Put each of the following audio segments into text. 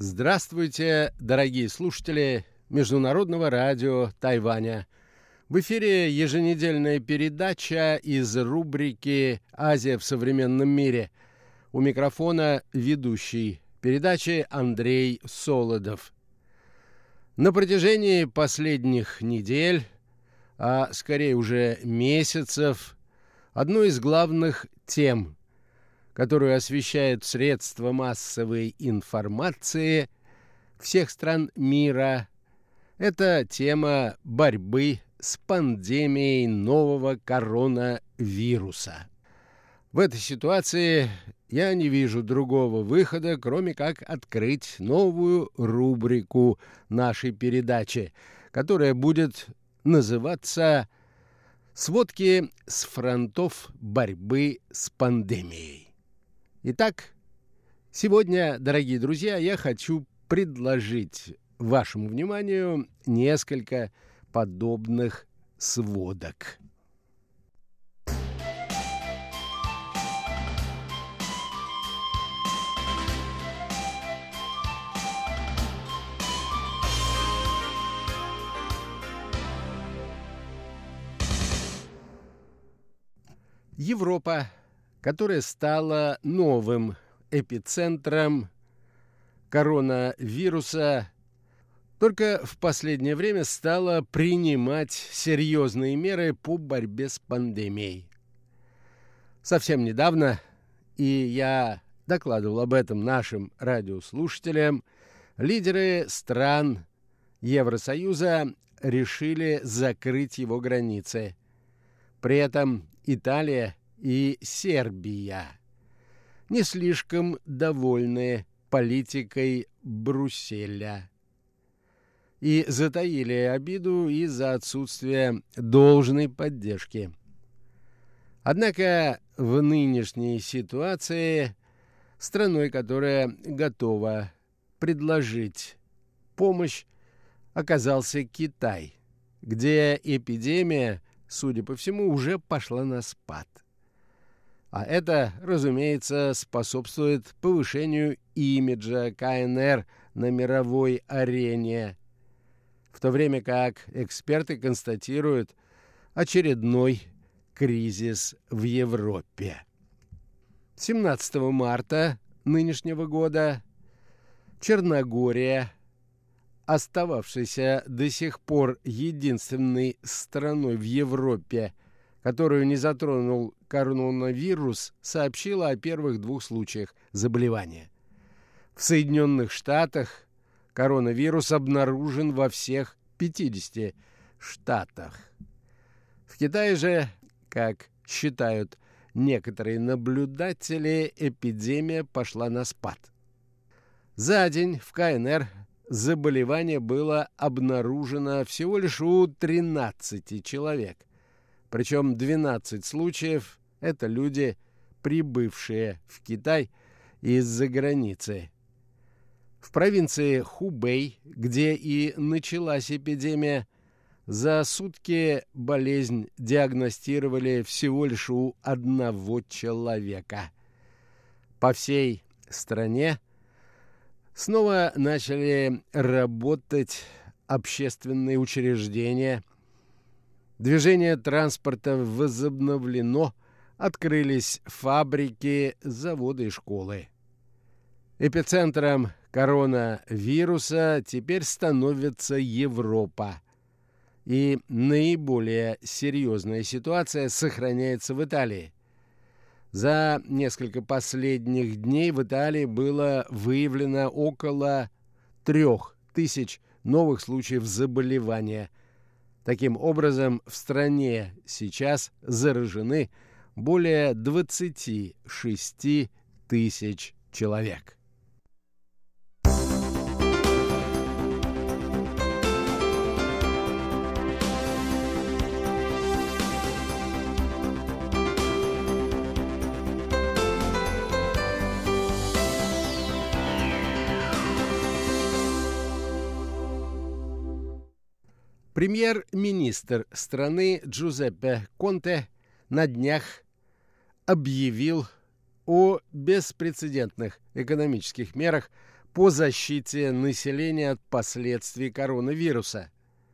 Здравствуйте, дорогие слушатели Международного радио Тайваня. В эфире еженедельная передача из рубрики «Азия в современном мире». У микрофона ведущий передачи Андрей Солодов. На протяжении последних недель, а скорее уже месяцев, одной из главных тем, которую освещают средства массовой информации всех стран мира, это тема борьбы с пандемией нового коронавируса. В этой ситуации я не вижу другого выхода, кроме как открыть новую рубрику нашей передачи, которая будет называться «Сводки с фронтов борьбы с пандемией». Итак, сегодня, дорогие друзья, я хочу предложить вашему вниманию несколько подобных сводок. Европа, которая стала новым эпицентром коронавируса, только в последнее время стала принимать серьезные меры по борьбе с пандемией. Совсем недавно, и я докладывал об этом нашим радиослушателям, лидеры стран Евросоюза решили закрыть его границы. При этом Италия и Сербия не слишком довольны политикой Брюсселя и затаили обиду из-за отсутствия должной поддержки. Однако в нынешней ситуации страной, которая готова предложить помощь, оказался Китай, где эпидемия, судя по всему, уже пошла на спад. А это, разумеется, способствует повышению имиджа КНР на мировой арене, в то время как эксперты констатируют очередной кризис в Европе. 17 марта нынешнего года Черногория, остававшаяся до сих пор единственной страной в Европе, которую не затронул коронавирус, сообщила о первых 2 случаях заболевания. В Соединенных Штатах коронавирус обнаружен во всех 50 штатах. В Китае же, как считают некоторые наблюдатели, эпидемия пошла на спад. За день в КНР заболевание было обнаружено всего лишь у 13 человек. Причем 12 случаев – это люди, прибывшие в Китай из-за границы. В провинции Хубэй, где и началась эпидемия, за сутки болезнь диагностировали всего лишь у 1 человека. По всей стране снова начали работать общественные учреждения, движение транспорта возобновлено, открылись фабрики, заводы и школы. Эпицентром коронавируса теперь становится Европа. И наиболее серьезная ситуация сохраняется в Италии. За несколько последних дней в Италии было выявлено около 3000 новых случаев заболевания. Таким образом, в стране сейчас заражены более 26 тысяч человек. Премьер-министр страны Джузеппе Конте на днях объявил о беспрецедентных экономических мерах по защите населения от последствий коронавируса.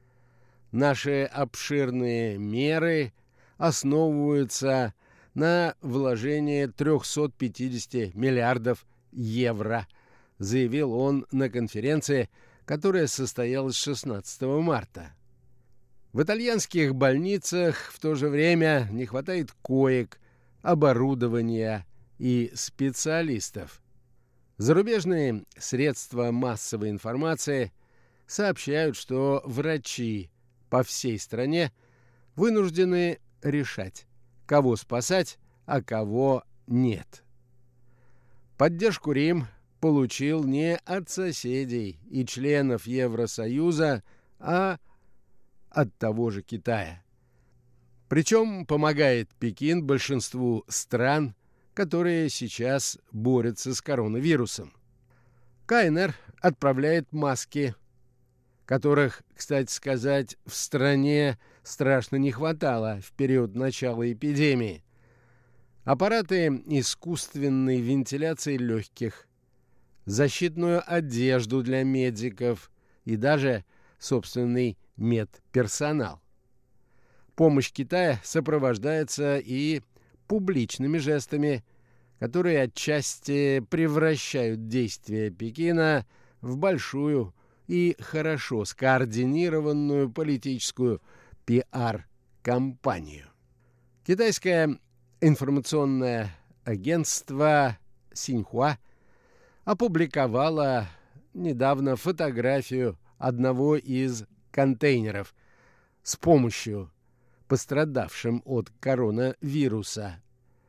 Наши обширные меры основываются на вложении 350 миллиардов евро, заявил он на конференции, которая состоялась 16 марта. В итальянских больницах в то же время не хватает коек, оборудования и специалистов. Зарубежные средства массовой информации сообщают, что врачи по всей стране вынуждены решать, кого спасать, а кого нет. Поддержку Рим получил не от соседей и членов Евросоюза, а от того же Китая. Причем помогает Пекин большинству стран, которые сейчас борются с коронавирусом. КНР отправляет маски, которых, кстати сказать, в стране страшно не хватало в период начала эпидемии. Аппараты искусственной вентиляции легких, защитную одежду для медиков и даже собственный медперсонал. Помощь Китая сопровождается и публичными жестами, которые отчасти превращают действия Пекина в большую и хорошо скоординированную политическую пиар-кампанию. Китайское информационное агентство Синьхуа опубликовало недавно фотографию одного из контейнеров с помощью пострадавшим от коронавируса.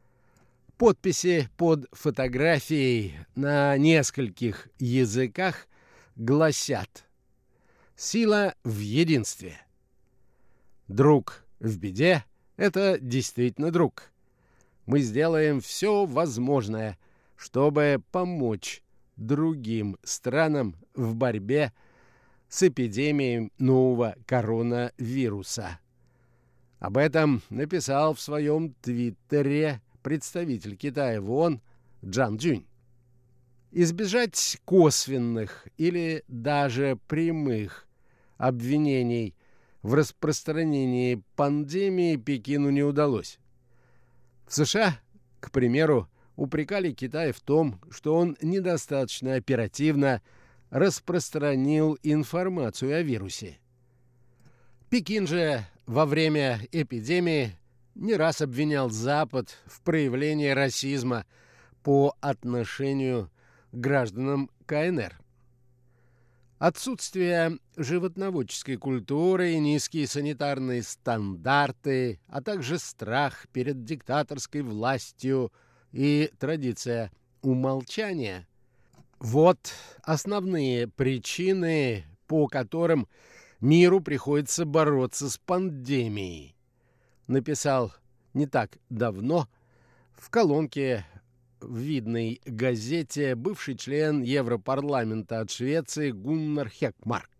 Подписи под фотографией на нескольких языках гласят: «Сила в единстве». Друг в беде — это действительно друг. Мы сделаем все возможное, чтобы помочь другим странам в борьбе с эпидемией нового коронавируса. Об этом написал в своем твиттере представитель Китая в ООН Джан Цзюнь. Избежать косвенных или даже прямых обвинений в распространении пандемии Пекину не удалось. В США, к примеру, упрекали Китай в том, что он недостаточно оперативно распространил информацию о вирусе. Пекин же во время эпидемии не раз обвинял Запад в проявлении расизма по отношению к гражданам КНР. Отсутствие животноводческой культуры и низкие санитарные стандарты, а также страх перед диктаторской властью и традиция умолчания – вот основные причины, по которым миру приходится бороться с пандемией, написал не так давно в колонке в видной газете бывший член Европарламента от Швеции Гуннар Хекмарк.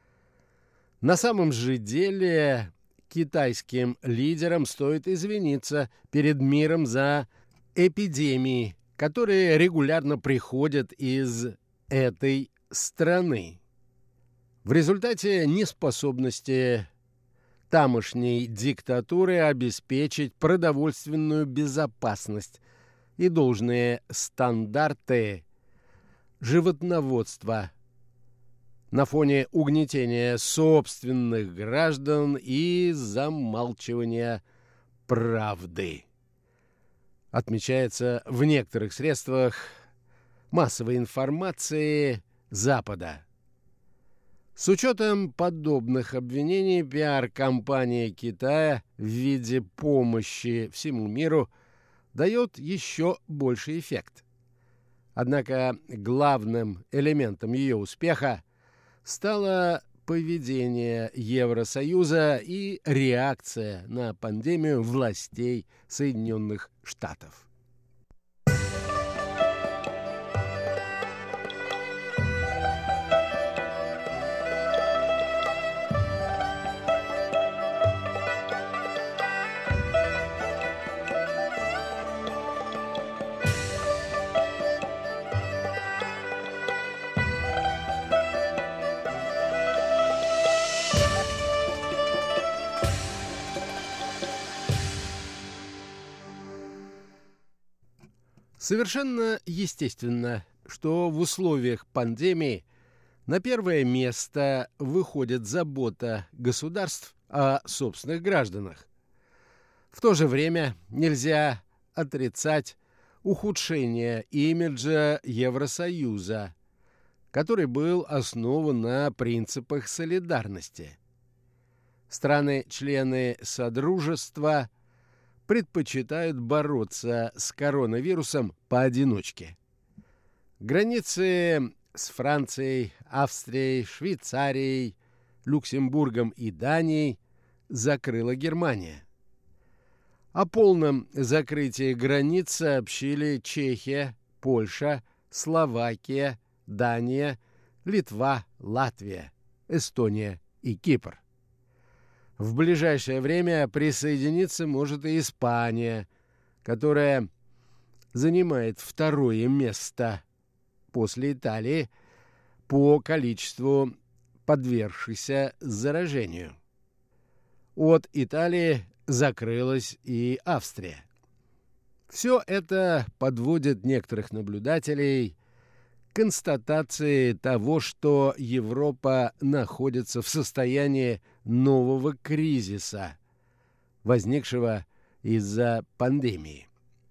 На самом же деле китайским лидерам стоит извиниться перед миром за эпидемии, которые регулярно приходят из этой страны. В результате неспособности тамошней диктатуры обеспечить продовольственную безопасность и должные стандарты животноводства на фоне угнетения собственных граждан и замалчивания правды. Отмечается в некоторых средствах массовой информации Запада. С учетом подобных обвинений пиар-компания Китая в виде помощи всему миру дает еще больший эффект. Однако главным элементом ее успеха стало поведение Евросоюза и реакция на пандемию властей Соединенных Штатов. Совершенно естественно, что в условиях пандемии на первое место выходит забота государств о собственных гражданах. В то же время нельзя отрицать ухудшение имиджа Евросоюза, который был основан на принципах солидарности. Страны-члены Содружества предпочитают бороться с коронавирусом поодиночке. Границы с Францией, Австрией, Швейцарией, Люксембургом и Данией закрыла Германия. О полном закрытии границ сообщили Чехия, Польша, Словакия, Дания, Литва, Латвия, Эстония и Кипр. В ближайшее время присоединиться может и Испания, которая занимает второе место после Италии по количеству подвергшихся заражению. От Италии закрылась и Австрия. Все это подводит некоторых наблюдателей к констатации того, что Европа находится в состоянии нового кризиса, возникшего из-за пандемии.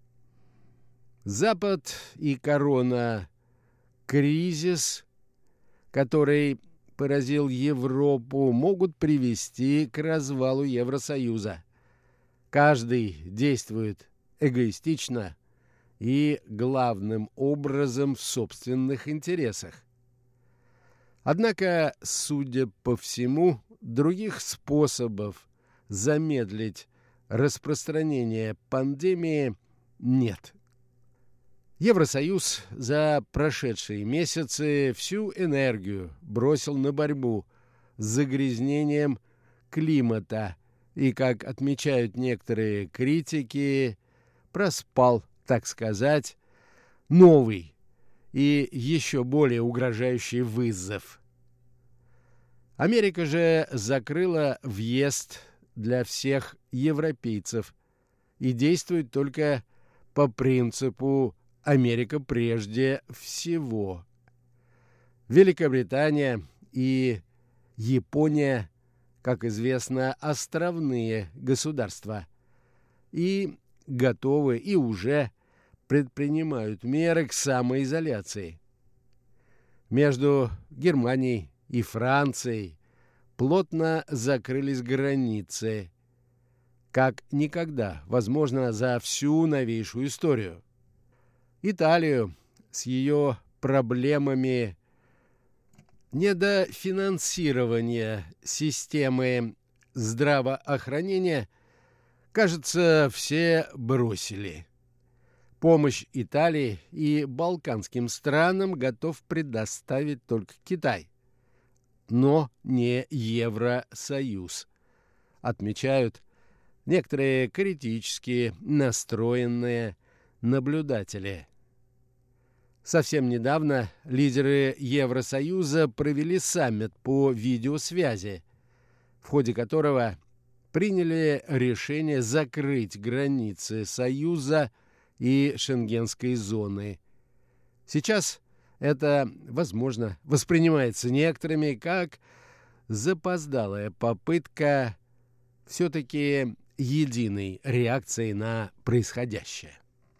Запад и коронакризис, который поразил Европу, могут привести к развалу Евросоюза. Каждый действует эгоистично и главным образом в собственных интересах. Однако, судя по всему, других способов замедлить распространение пандемии нет. Евросоюз за прошедшие месяцы всю энергию бросил на борьбу с загрязнением климата и, как отмечают некоторые критики, проспал, так сказать, новый и еще более угрожающий вызов. Америка же закрыла въезд для всех европейцев и действует только по принципу «Америка прежде всего». Великобритания и Япония, как известно, островные государства и готовы и уже предпринимают меры к самоизоляции. Между Германией и Францией плотно закрылись границы, как никогда, возможно, за всю новейшую историю. Италию с ее проблемами недофинансирования системы здравоохранения, кажется, все бросили. Помощь Италии и балканским странам готов предоставить только Китай, но не Евросоюз, отмечают некоторые критически настроенные наблюдатели. Совсем недавно лидеры Евросоюза провели саммит по видеосвязи, в ходе которого приняли решение закрыть границы Союза и Шенгенской зоны. Сейчас это, возможно, воспринимается некоторыми как запоздалая попытка все-таки единой реакции на происходящее.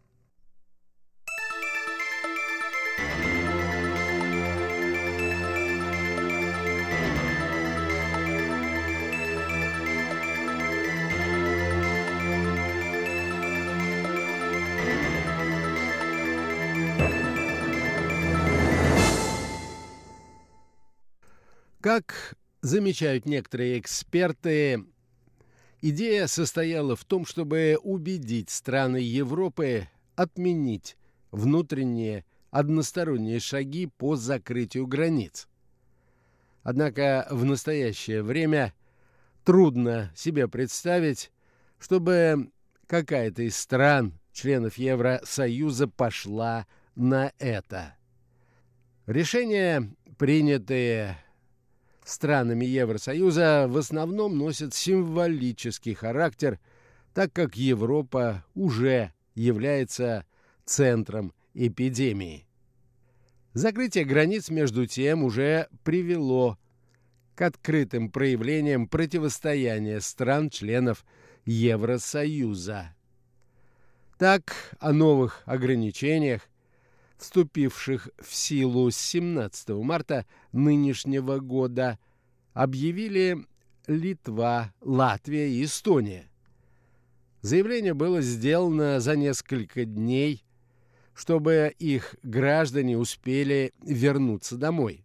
Как замечают некоторые эксперты, идея состояла в том, чтобы убедить страны Европы отменить внутренние односторонние шаги по закрытию границ. Однако в настоящее время трудно себе представить, чтобы какая-то из стран, членов Евросоюза, пошла на это. Решения, принятые странами Евросоюза, в основном носят символический характер, так как Европа уже является центром эпидемии. Закрытие границ, между тем, уже привело к открытым проявлениям противостояния стран-членов Евросоюза. Так, о новых ограничениях, вступивших в силу с 17 марта нынешнего года, объявили Литва, Латвия и Эстония. Заявление было сделано за несколько дней, чтобы их граждане успели вернуться домой.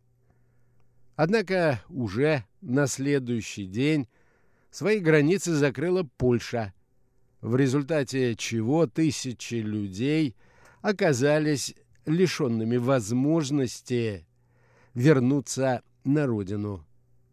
Однако уже на следующий день свои границы закрыла Польша, в результате чего тысячи людей оказались лишенными возможности вернуться на родину.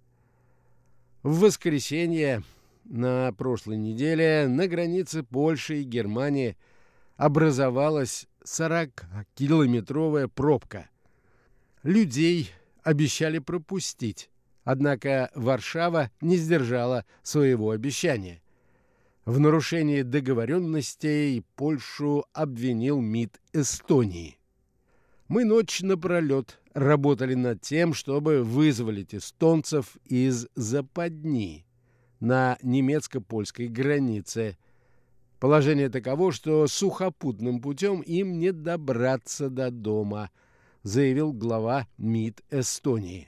В воскресенье на прошлой неделе на границе Польши и Германии образовалась 40-километровая пробка. Людей обещали пропустить, однако Варшава не сдержала своего обещания. В нарушении договоренностей Польшу обвинил МИД Эстонии. Мы ночь напролет работали над тем, чтобы вызволить эстонцев из западни на немецко-польской границе. Положение таково, что сухопутным путем им не добраться до дома, заявил глава МИД Эстонии.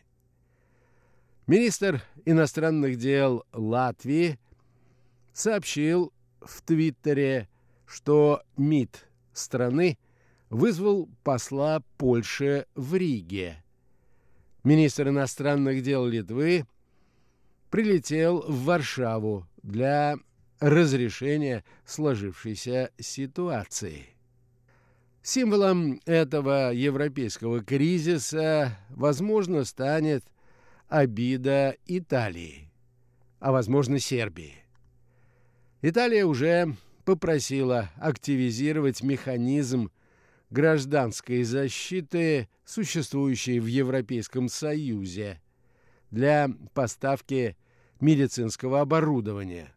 Министр иностранных дел Латвии сообщил в Твиттере, что МИД страны вызвал посла Польши в Риге. Министр иностранных дел Литвы прилетел в Варшаву для разрешения сложившейся ситуации. Символом этого европейского кризиса, возможно, станет обида Италии, а, возможно, Сербии. Италия уже попросила активизировать механизм гражданской защиты, существующий в Европейском Союзе, для поставки медицинского оборудования.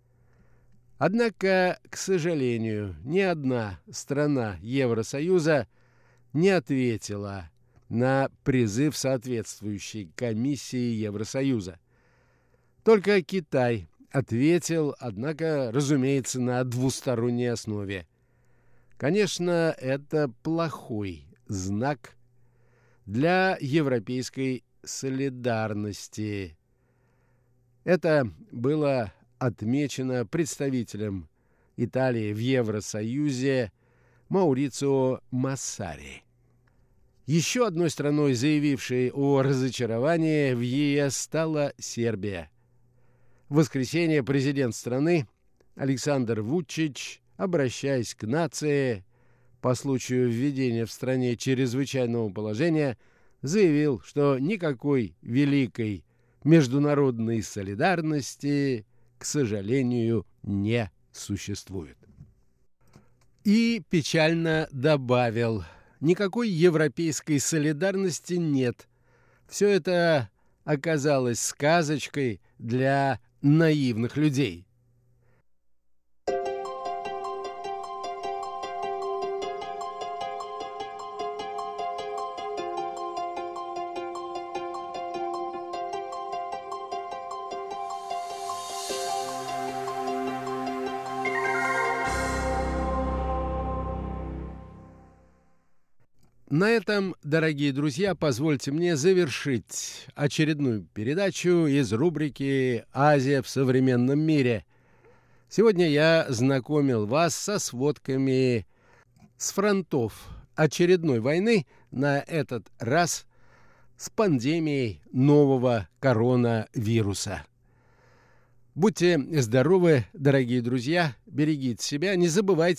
Однако, к сожалению, ни одна страна Евросоюза не ответила на призыв соответствующей комиссии Евросоюза. Только Китай ответил, однако, разумеется, на двусторонней основе. Конечно, это плохой знак для европейской солидарности. Это было отмечено представителем Италии в Евросоюзе Маурицио Массари. Еще одной страной, заявившей о разочаровании в ЕС, стала Сербия. В воскресенье президент страны Александр Вучич, обращаясь к нации по случаю введения в стране чрезвычайного положения, заявил, что никакой великой международной солидарности, к сожалению, не существует. И печально добавил: никакой европейской солидарности нет. Все это оказалось сказочкой для наивных людей. На этом, дорогие друзья, позвольте мне завершить очередную передачу из рубрики «Азия в современном мире». Сегодня я знакомил вас со сводками с фронтов очередной войны, на этот раз с пандемией нового коронавируса. Будьте здоровы, дорогие друзья, берегите себя, не забывайте